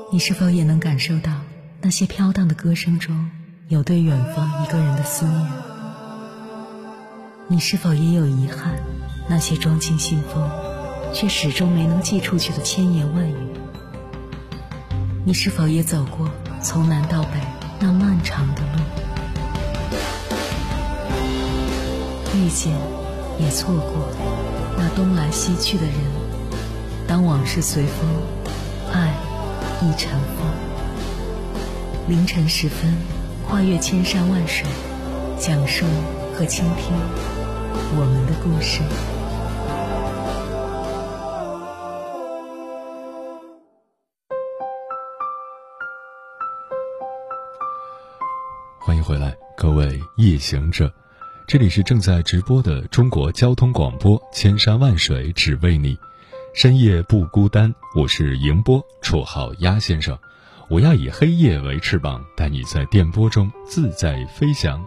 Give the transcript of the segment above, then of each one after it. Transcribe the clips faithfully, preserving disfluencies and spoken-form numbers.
你是否也能感受到那些飘荡的歌声中有对远方一个人的思念？你是否也有遗憾，那些装进信封却始终没能寄出去的千言万语？你是否也走过从南到北那漫长的路？遇见也错过那东来西去的人，当往事随风，爱亦成风。凌晨时分，跨越千山万水，讲述和倾听我们的故事。 欢迎回来，各位夜行者，这里是正在直播的中国交通广播，千山万水只为你，深夜不孤单。我是迎波，绰号鸭先生。我要以黑夜为翅膀，带你在电波中自在飞翔。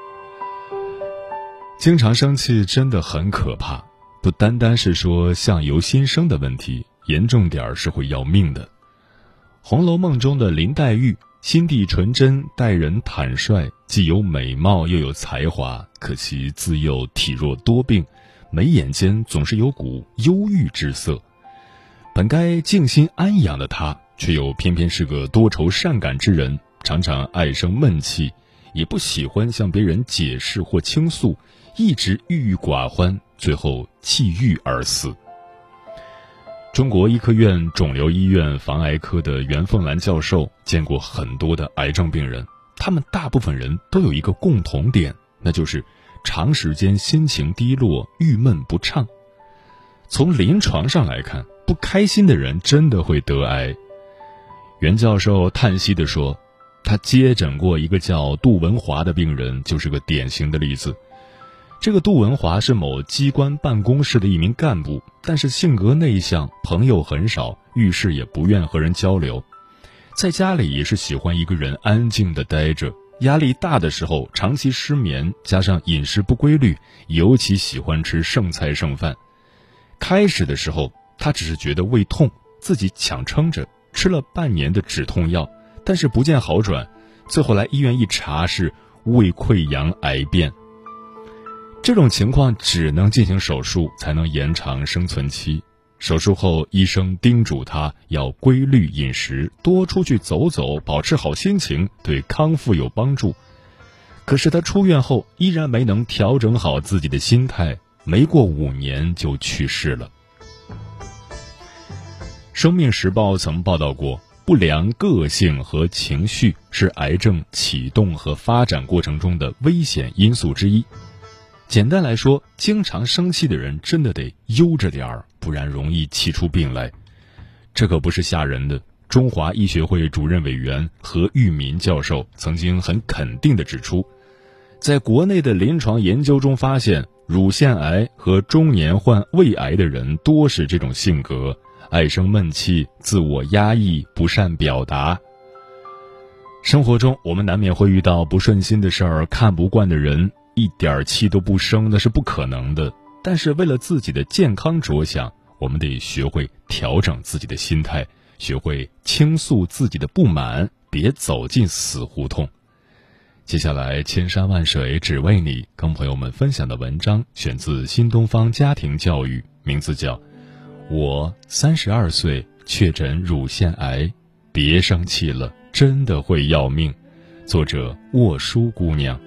经常生气真的很可怕，不单单是说相由心生的问题，严重点儿是会要命的。《红楼梦》中的林黛玉心地纯真，待人坦率，既有美貌又有才华，可惜自幼体弱多病，眉眼间总是有股忧郁之色。本该静心安养的她，却又偏偏是个多愁善感之人，常常爱生闷气，也不喜欢向别人解释或倾诉，一直郁郁寡欢，最后气郁而死。中国医科院肿瘤医院防癌科的袁凤兰教授见过很多的癌症病人，他们大部分人都有一个共同点，那就是长时间心情低落，郁闷不畅。从临床上来看，不开心的人真的会得癌。袁教授叹息地说，他接诊过一个叫杜文华的病人，就是个典型的例子。这个杜文华是某机关办公室的一名干部，但是性格内向，朋友很少，遇事也不愿和人交流。在家里也是喜欢一个人安静地待着，压力大的时候长期失眠，加上饮食不规律，尤其喜欢吃剩菜剩饭。开始的时候他只是觉得胃痛，自己强撑着吃了半年的止痛药，但是不见好转，最后来医院一查是胃溃疡癌变。这种情况只能进行手术才能延长生存期。手术后，医生叮嘱他要规律饮食，多出去走走，保持好心情，对康复有帮助。可是他出院后依然没能调整好自己的心态，没过五年就去世了。生命时报曾报道过，不良个性和情绪是癌症启动和发展过程中的危险因素之一。简单来说，经常生气的人真的得悠着点儿，不然容易气出病来。这可不是吓人的。中华医学会主任委员何玉民教授曾经很肯定地指出，在国内的临床研究中发现，乳腺癌和中年患胃癌的人多是这种性格，爱生闷气，自我压抑，不善表达。生活中我们难免会遇到不顺心的事儿，看不惯的人，一点气都不生那是不可能的。但是为了自己的健康着想，我们得学会调整自己的心态，学会倾诉自己的不满，别走进死胡同。接下来千山万水只为你，跟朋友们分享的文章选自新东方家庭教育，名字叫我三十二岁确诊乳腺癌，别生气了，真的会要命。作者沃书姑娘。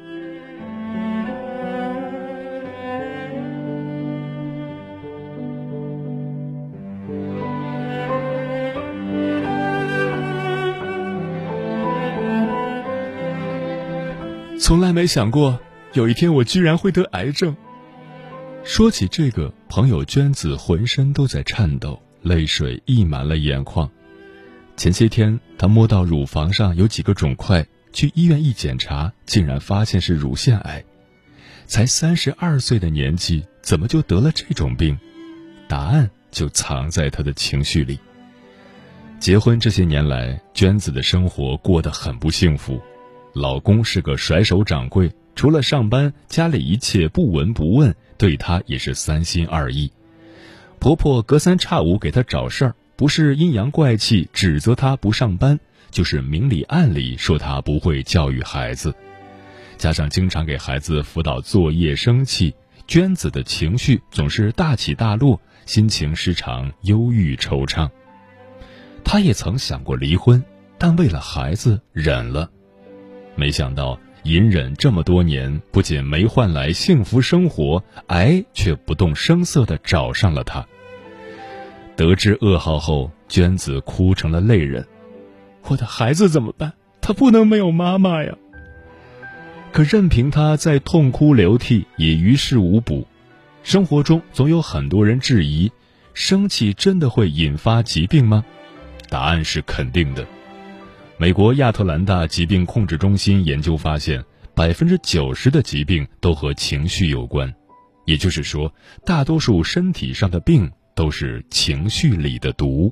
从来没想过有一天我居然会得癌症。说起这个，朋友娟子浑身都在颤抖，泪水溢满了眼眶。前些天她摸到乳房上有几个肿块，去医院一检查，竟然发现是乳腺癌。才三十二岁的年纪，怎么就得了这种病？答案就藏在她的情绪里。结婚这些年来，娟子的生活过得很不幸福。老公是个甩手掌柜，除了上班，家里一切不闻不问，对她也是三心二意。婆婆隔三差五给她找事儿， 不是阴阳怪气指责他不上班，就是明里暗里说他不会教育孩子。加上经常给孩子辅导作业生气，娟子的情绪总是大起大落，心情时常忧郁惆怅。她也曾想过离婚，但为了孩子忍了。没想到隐忍这么多年，不仅没换来幸福生活，癌却不动声色地找上了她。得知噩耗后，娟子哭成了泪人。我的孩子怎么办？他不能没有妈妈呀！可任凭他再痛哭流涕，也于事无补。生活中总有很多人质疑，生气真的会引发疾病吗？答案是肯定的。美国亚特兰大疾病控制中心研究发现，百分之九十的疾病都和情绪有关。也就是说，大多数身体上的病都是情绪里的毒。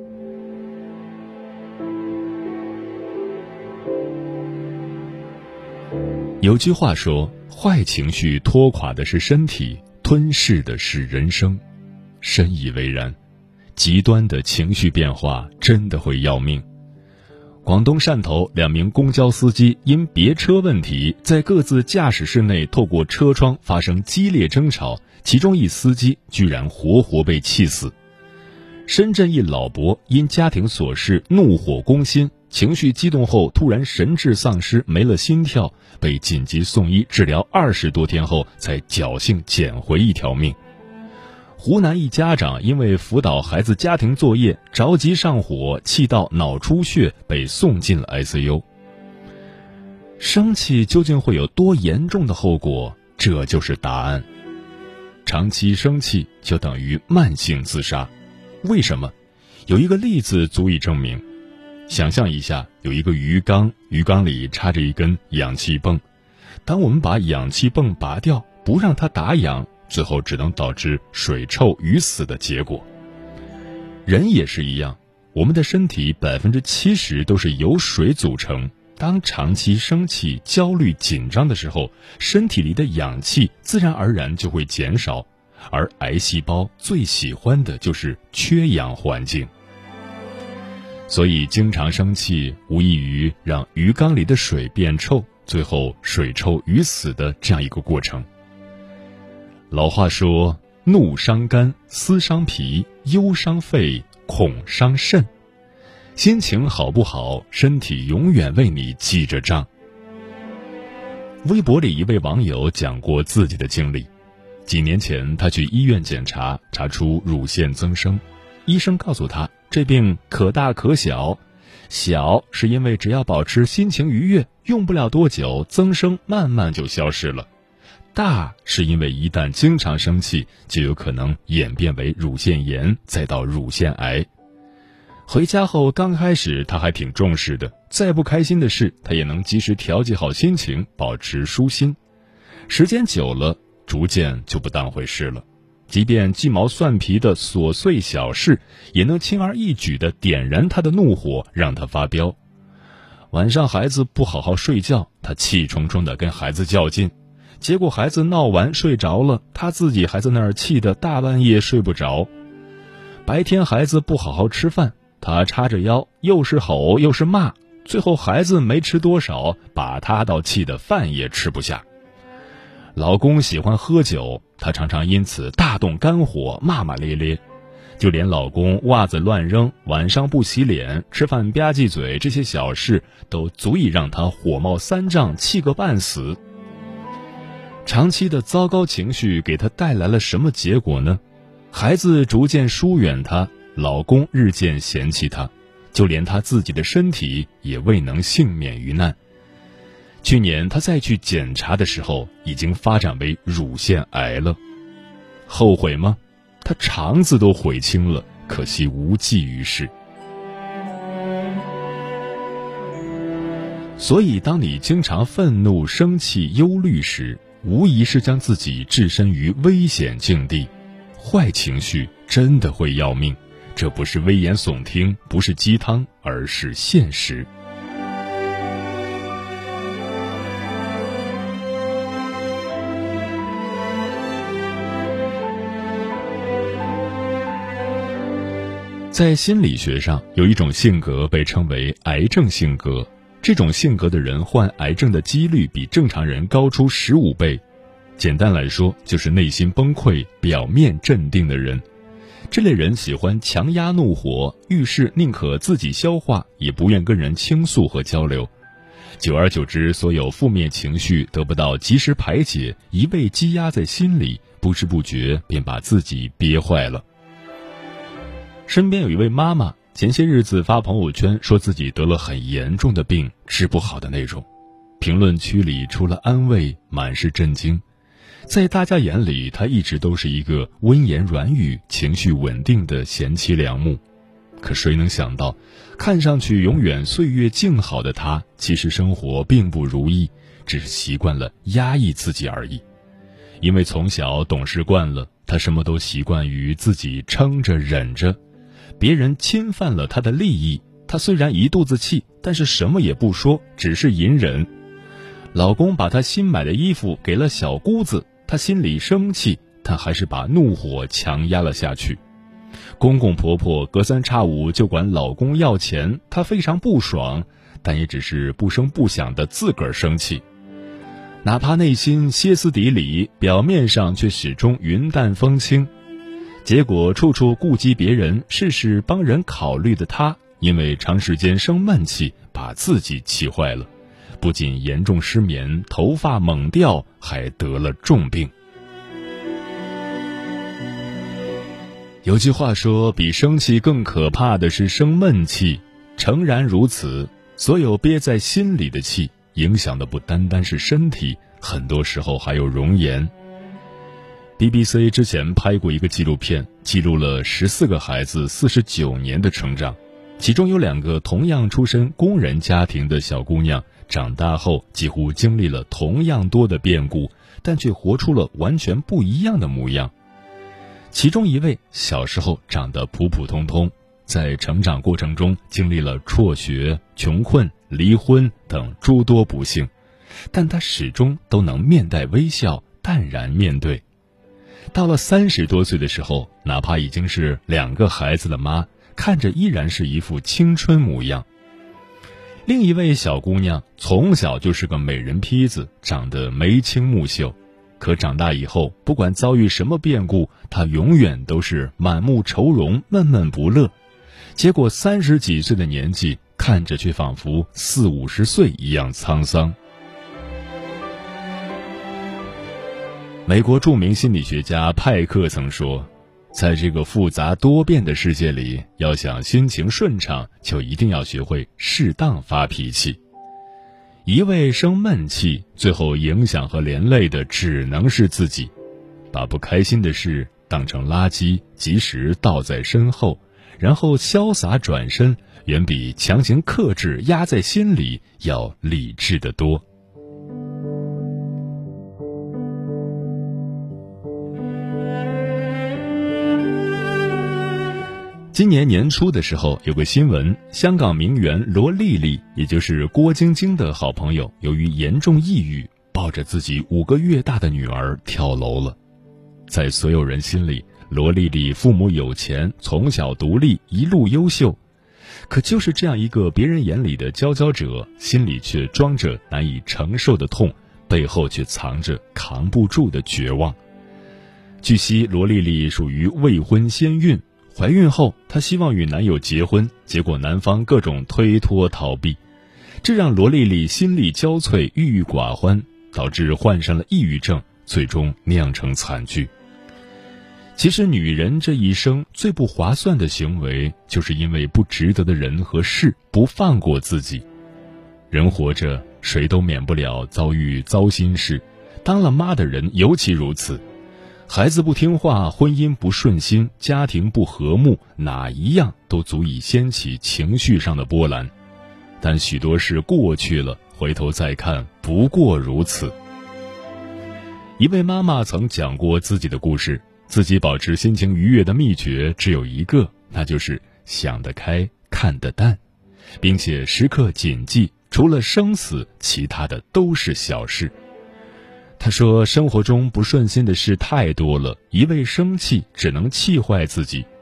有句话说，坏情绪拖垮的是身体，吞噬的是人生。深以为然，极端的情绪变化真的会要命。广东汕头两名公交司机因别车问题，在各自驾驶室内透过车窗发生激烈争吵，其中一司机居然活活被气死。深圳一老伯因家庭琐事怒火攻心，情绪激动后突然神志丧失，没了心跳，被紧急送医治疗二十多天后才侥幸捡回一条命。湖南一家长因为辅导孩子家庭作业着急上火，气到脑出血，被送进了 I C U。 生气究竟会有多严重的后果？这就是答案。长期生气就等于慢性自杀。为什么？有一个例子足以证明。想象一下，有一个鱼缸，鱼缸里插着一根氧气泵。当我们把氧气泵拔掉，不让它打氧，最后只能导致水臭鱼死的结果。人也是一样，我们的身体百分之七十都是由水组成。当长期生气、焦虑、紧张的时候，身体里的氧气自然而然就会减少，而癌细胞最喜欢的就是缺氧环境。所以经常生气无异于让鱼缸里的水变臭，最后水臭鱼死的这样一个过程。老话说，怒伤肝，思伤脾，忧伤肺，恐伤肾。心情好不好，身体永远为你记着账。微博里一位网友讲过自己的经历。几年前他去医院检查，查出乳腺增生。医生告诉他，这病可大可小，小是因为只要保持心情愉悦，用不了多久增生慢慢就消失了。大是因为一旦经常生气，就有可能演变为乳腺炎，再到乳腺癌。回家后刚开始他还挺重视的，再不开心的事他也能及时调节好心情，保持舒心。时间久了，逐渐就不当回事了。即便鸡毛蒜皮的琐碎小事，也能轻而易举地点燃他的怒火，让他发飙。晚上孩子不好好睡觉，他气冲冲地跟孩子较劲，结果孩子闹完睡着了，他自己还在那儿气得大半夜睡不着。白天孩子不好好吃饭，他叉着腰，又是吼又是骂，最后孩子没吃多少，把他倒气得饭也吃不下。老公喜欢喝酒，他常常因此大动肝火，骂骂咧咧。就连老公袜子乱扔，晚上不洗脸，吃饭吧唧嘴，这些小事都足以让他火冒三丈，气个半死。长期的糟糕情绪给他带来了什么结果呢？孩子逐渐疏远他，老公日渐嫌弃他，就连他自己的身体也未能幸免于难。去年他再去检查的时候，已经发展为乳腺癌了。后悔吗？他肠子都悔青了，可惜无济于事。所以当你经常愤怒、生气、忧虑时，无疑是将自己置身于危险境地。坏情绪真的会要命，这不是危言耸听，不是鸡汤，而是现实。 在心理学上，有一种性格被称为癌症性格，这种性格的人患癌症的几率比正常人高出十五倍。简单来说，就是内心崩溃、表面镇定的人。这类人喜欢强压怒火，遇事宁可自己消化，也不愿跟人倾诉和交流。久而久之，所有负面情绪得不到及时排解，一味积压在心里，不知不觉便把自己憋坏了。身边有一位妈妈，前些日子发朋友圈说自己得了很严重的病，治不好的那种。评论区里除了安慰，满是震惊。在大家眼里，她一直都是一个温言软语、情绪稳定的贤妻良母。可谁能想到，看上去永远岁月静好的她，其实生活并不如意，只是习惯了压抑自己而已。因为从小懂事惯了，她什么都习惯于自己撑着忍着。别人侵犯了她的利益，她虽然一肚子气，但是什么也不说，只是隐忍。老公把她新买的衣服给了小姑子，她心里生气，但还是把怒火强压了下去。公公婆婆隔三差五就管老公要钱，她非常不爽，但也只是不声不响的自个儿生气。哪怕内心歇斯底里，表面上却始终云淡风轻。结果处处顾及别人，事事帮人考虑的她，因为长时间生闷气，把自己气坏了，不仅严重失眠，头发猛掉，还得了重病。有句话说，比生气更可怕的是生闷气。诚然如此，所有憋在心里的气，影响的不单单是身体，很多时候还有容颜。B B C 之前拍过一个纪录片，记录了十四个孩子四十九年的成长，其中有两个同样出身工人家庭的小姑娘，长大后几乎经历了同样多的变故，但却活出了完全不一样的模样。其中一位小时候长得普普通通，在成长过程中经历了辍学、穷困、离婚等诸多不幸，但她始终都能面带微笑，淡然面对。到了三十多岁的时候，哪怕已经是两个孩子的妈，看着依然是一副青春模样。另一位小姑娘从小就是个美人坯子，长得眉清目秀，可长大以后，不管遭遇什么变故，她永远都是满目愁容，闷闷不乐。结果三十几岁的年纪，看着却仿佛四五十岁一样沧桑。美国著名心理学家派克曾说，在这个复杂多变的世界里，要想心情顺畅，就一定要学会适当发脾气。一味生闷气，最后影响和连累的只能是自己。把不开心的事当成垃圾，及时倒在身后，然后潇洒转身，远比强行克制压在心里要理智得多。今年年初的时候，有个新闻，香港名媛罗丽丽，也就是郭晶晶的好朋友，由于严重抑郁，抱着自己五个月大的女儿跳楼了。在所有人心里，罗丽丽父母有钱，从小独立，一路优秀，可就是这样一个别人眼里的佼佼者，心里却装着难以承受的痛，背后却藏着扛不住的绝望。据悉，罗丽丽属于未婚先孕，怀孕后，她希望与男友结婚，结果男方各种推脱逃避，这让罗丽丽心力交瘁，郁郁寡欢，导致患上了抑郁症，最终酿成惨剧。其实女人这一生最不划算的行为，就是因为不值得的人和事不放过自己。人活着，谁都免不了遭遇糟心事，当了妈的人尤其如此。孩子不听话，婚姻不顺心，家庭不和睦，哪一样都足以掀起情绪上的波澜。但许多事过去了，回头再看，不过如此。一位妈妈曾讲过自己的故事，自己保持心情愉悦的秘诀只有一个，那就是想得开，看得淡，并且时刻谨记，除了生死，其他的都是小事。他说，生活中不顺心的事太多了，一味生气只能气坏自己。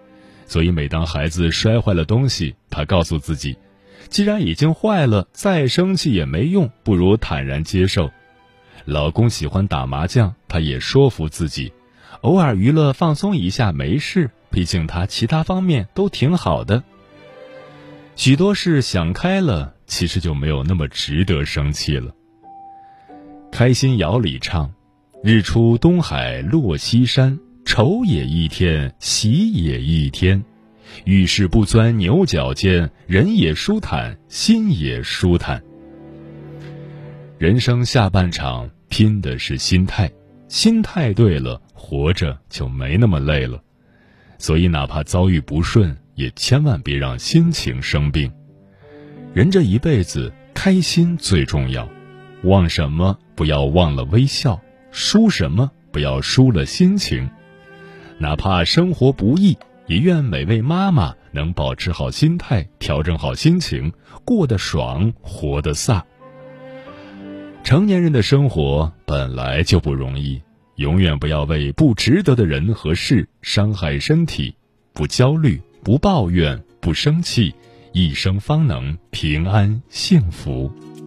所以每当孩子摔坏了东西，他告诉自己，既然已经坏了，再生气也没用，不如坦然接受。老公喜欢打麻将，他也说服自己，偶尔娱乐放松一下没事，毕竟他其他方面都挺好的。许多事想开了，其实就没有那么值得生气了。开心谣里唱，日出东海落西山，愁也一天，喜也一天。遇事不钻牛角尖，人也舒坦，心也舒坦。人生下半场拼的是心态，心态对了，活着就没那么累了。所以哪怕遭遇不顺，也千万别让心情生病。人这一辈子，开心最重要。忘什么不要忘了微笑，输什么不要输了心情。哪怕生活不易，也愿每位妈妈能保持好心态，调整好心情，过得爽，活得飒。成年人的生活本来就不容易，永远不要为不值得的人和事伤害身体，不焦虑，不抱怨，不生气，一生方能平安幸福。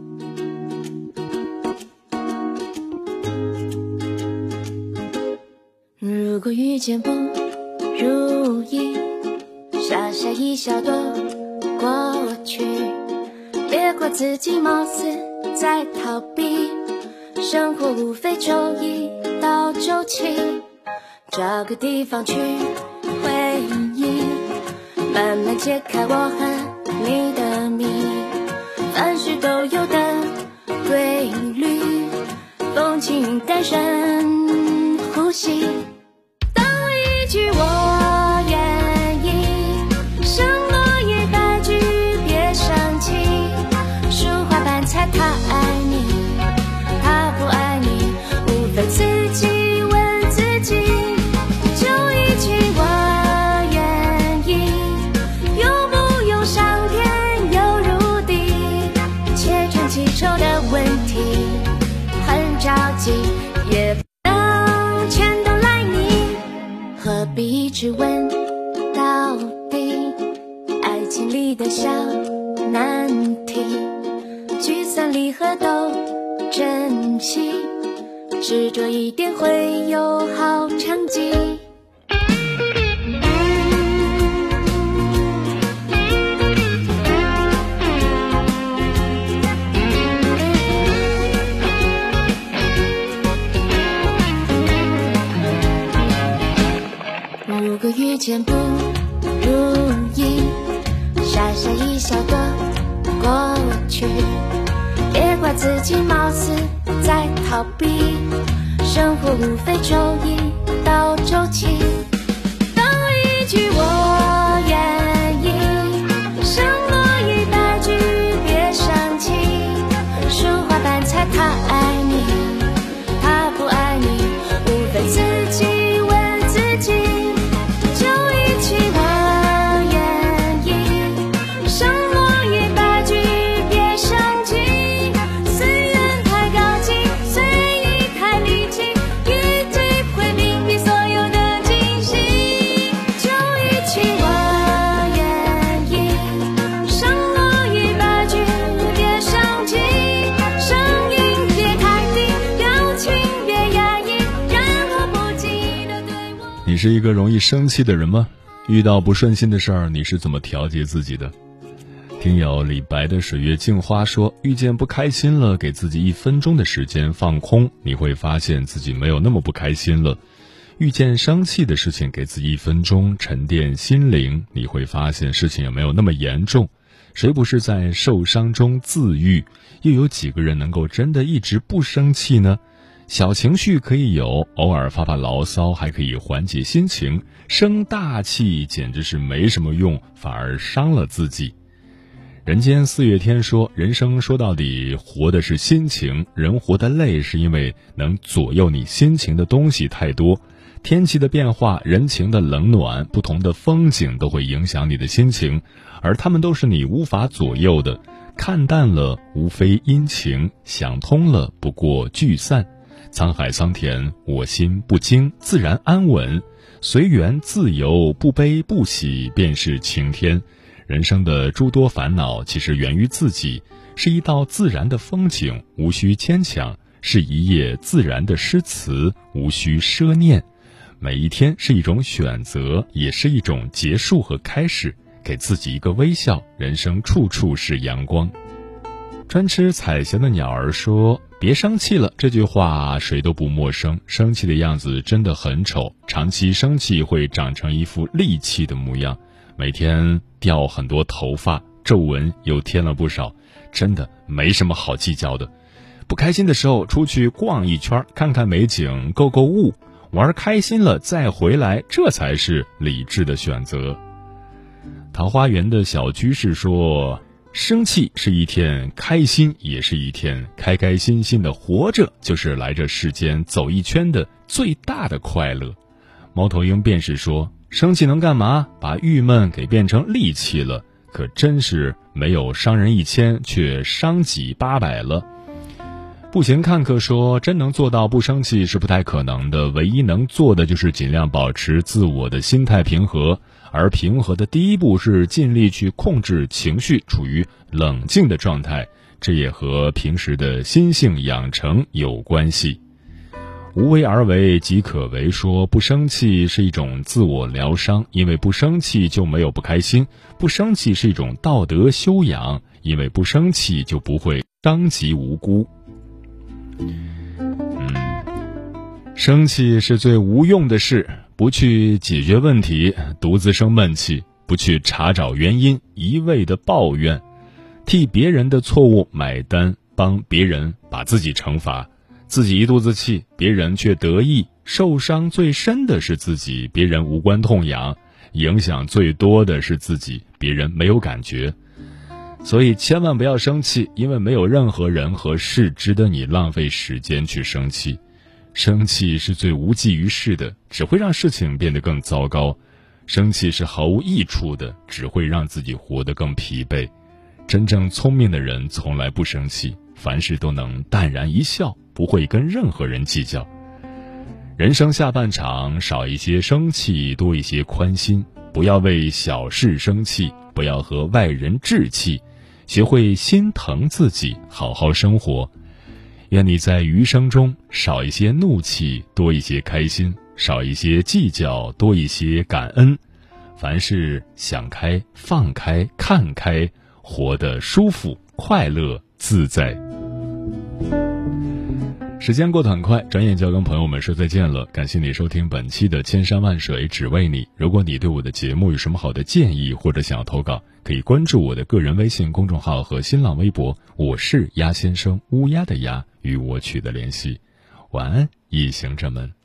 如果遇见不如意，傻傻一笑躲过去，别怪自己貌似在逃避，生活无非周一到周七，找个地方去回忆，慢慢解开我和你的谜，凡事都有的规律，风轻云淡深呼吸，当一句我愿意，什么也白驹别生气，书画般猜他爱你，他不爱你，无非自己问自己，就一句我愿意，用不用上天又入地，切成记仇的问题，很着急也不能全都赖你，何必一直问到底，爱情里的小难题，聚散离合都珍惜，执着一点会有好成绩。如果遇见不如意，傻傻一笑躲过去，别怪自己貌似在逃避，生活无非周一到周七，当一句我愿意，什么也白驹别生气，书画般猜他爱你，他不爱你，无非自己问自己，就一句我愿意，什么也白驹别生气，虽然太高级，虽已太离奇，一堆会命运所有的惊喜，就一句我愿意，什么也白驹别生气，声音别太低，表情别压抑，然后不记得对我。 你是一个容易生气的人吗？遇到不顺心的事儿，你是怎么调节自己的？听友李白的水月镜花说，遇见不开心了，给自己一分钟的时间放空，你会发现自己没有那么不开心了。遇见生气的事情，给自己一分钟沉淀心灵，你会发现事情也没有那么严重。谁不是在受伤中自愈？又有几个人能够真的一直不生气呢？小情绪可以有，偶尔发发牢骚还可以缓解心情，生大气简直是没什么用，反而伤了自己。人间四月天说，人生说到底活的是心情，人活得累是因为能左右你心情的东西太多，天气的变化，人情的冷暖，不同的风景都会影响你的心情，而它们都是你无法左右的。看淡了无非阴晴，想通了不过聚散， 沧海桑田，我心不惊，自然安稳，随缘自由，不悲不喜，便是晴天。人生的诸多烦恼其实源于自己，是一道自然的风景，无需牵强，是一页自然的诗词，无需奢念。每一天是一种选择，也是一种结束和开始，给自己一个微笑，人生处处是阳光。专吃彩霞的鸟儿说，别生气了，这句话谁都不陌生。生气的样子真的很丑，长期生气会长成一副戾气的模样，每天掉很多头发，皱纹又添了不少，真的没什么好计较的。不开心的时候出去逛一圈，看看美景，购购物，玩开心了再回来，这才是理智的选择。桃花源的小居士说，生气是一天，开心也是一天，开开心心的活着，就是来这世间走一圈的最大的快乐。猫头鹰便是说，生气能干嘛？把郁闷给变成戾气了，可真是没有伤人一千，却伤己八百了。步行看客说，真能做到不生气是不太可能的，唯一能做的就是尽量保持自我的心态平和，而平和的第一步是尽力去控制情绪，处于冷静的状态，这也和平时的心性养成有关系。无为而为即可为说，不生气是一种自我疗伤，因为不生气就没有不开心；不生气是一种道德修养，因为不生气就不会伤及无辜。嗯，生气是最无用的事，不去解决问题，独自生闷气；不去查找原因，一味的抱怨，替别人的错误买单，帮别人把自己惩罚。自己一肚子气，别人却得意，受伤最深的是自己，别人无关痛痒；影响最多的是自己，别人没有感觉。所以千万不要生气，因为没有任何人和事值得你浪费时间去生气。生气是最无济于事的，只会让事情变得更糟糕。生气是毫无益处的，只会让自己活得更疲惫。真正聪明的人从来不生气，凡事都能淡然一笑，不会跟任何人计较。人生下半场，少一些生气，多一些宽心，不要为小事生气，不要和外人置气，学会心疼自己，好好生活。愿你在余生中少一些怒气，多一些开心，少一些计较，多一些感恩。凡事想开、放开、看开，活得舒服、快乐、自在。时间过得很快，转眼就要跟朋友们说再见了。感谢你收听本期的千山万水只为你。如果你对我的节目有什么好的建议，或者想要投稿，可以关注我的个人微信公众号和新浪微博，我是鸭先生，乌鸦的鸭，与我取得联系。晚安，一行者们。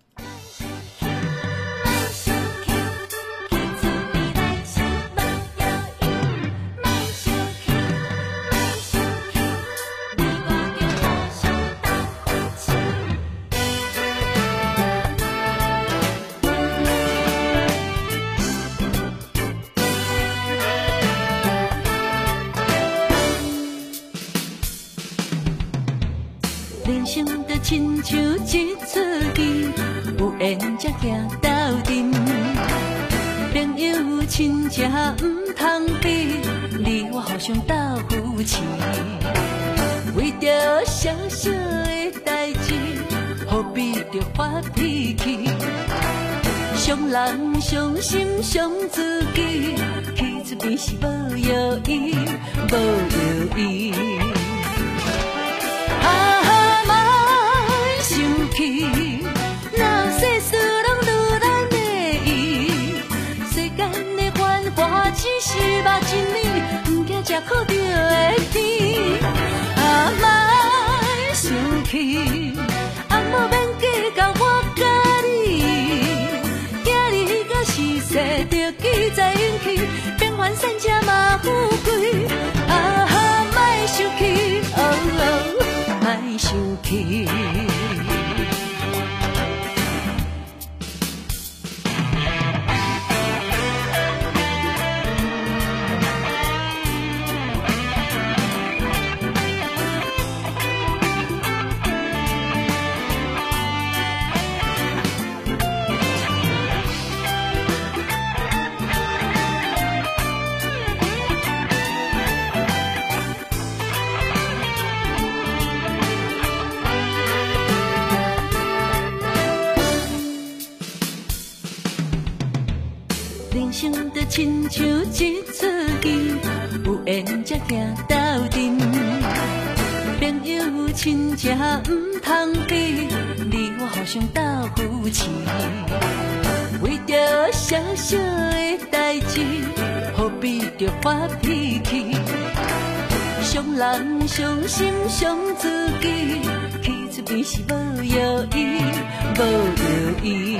人生就亲像一出戏，有缘才行斗阵。朋友亲情唔通比，你我互相斗扶持。为着小小的代志，何必着发脾气？伤人伤心伤自己，去一边是无药医，无药医。那世事拢如咱的意，世间的繁华只是目一面，不惊吃苦着的甜。啊，莫生气，啊，莫免计较我甲你，今日甲时势着记在运气，变幻散车嘛富贵。啊，莫生气，哦哦，莫生气。 正唔通比，你我互相斗扶持。为着小小的代志，何必着发脾气？伤人伤心伤自己，去出边是无药医，无药医。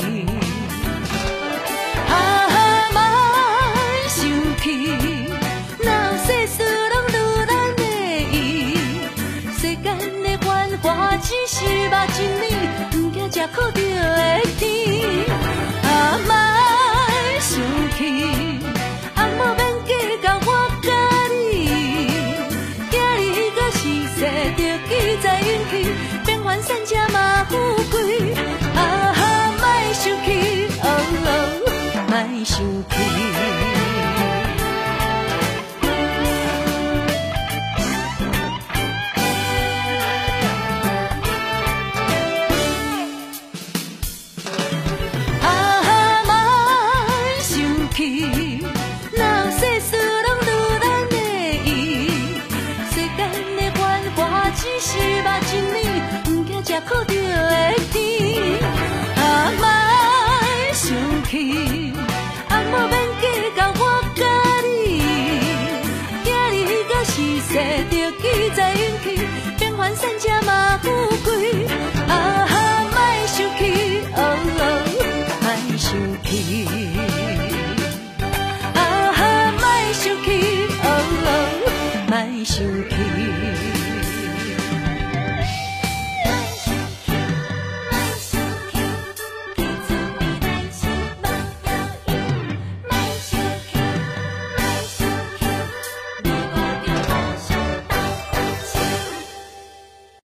啊，莫生气，哪有世事拢如咱的意？世间的繁华只是目一面，唔惊吃苦着会甜。啊，莫生气，啊，莫免计较我甲你，今日搁是世着记在运气，变幻散车嘛富贵。啊，莫生气，哦，莫生气。哪有世事拢如咱的意？世间的繁华只是目一面，唔惊吃苦着会甜。啊，莫生气，啊，莫免计较我甲你，今日搁是世着记在运气，变幻散车嘛富贵。啊，莫生气，哦，莫生气。生气。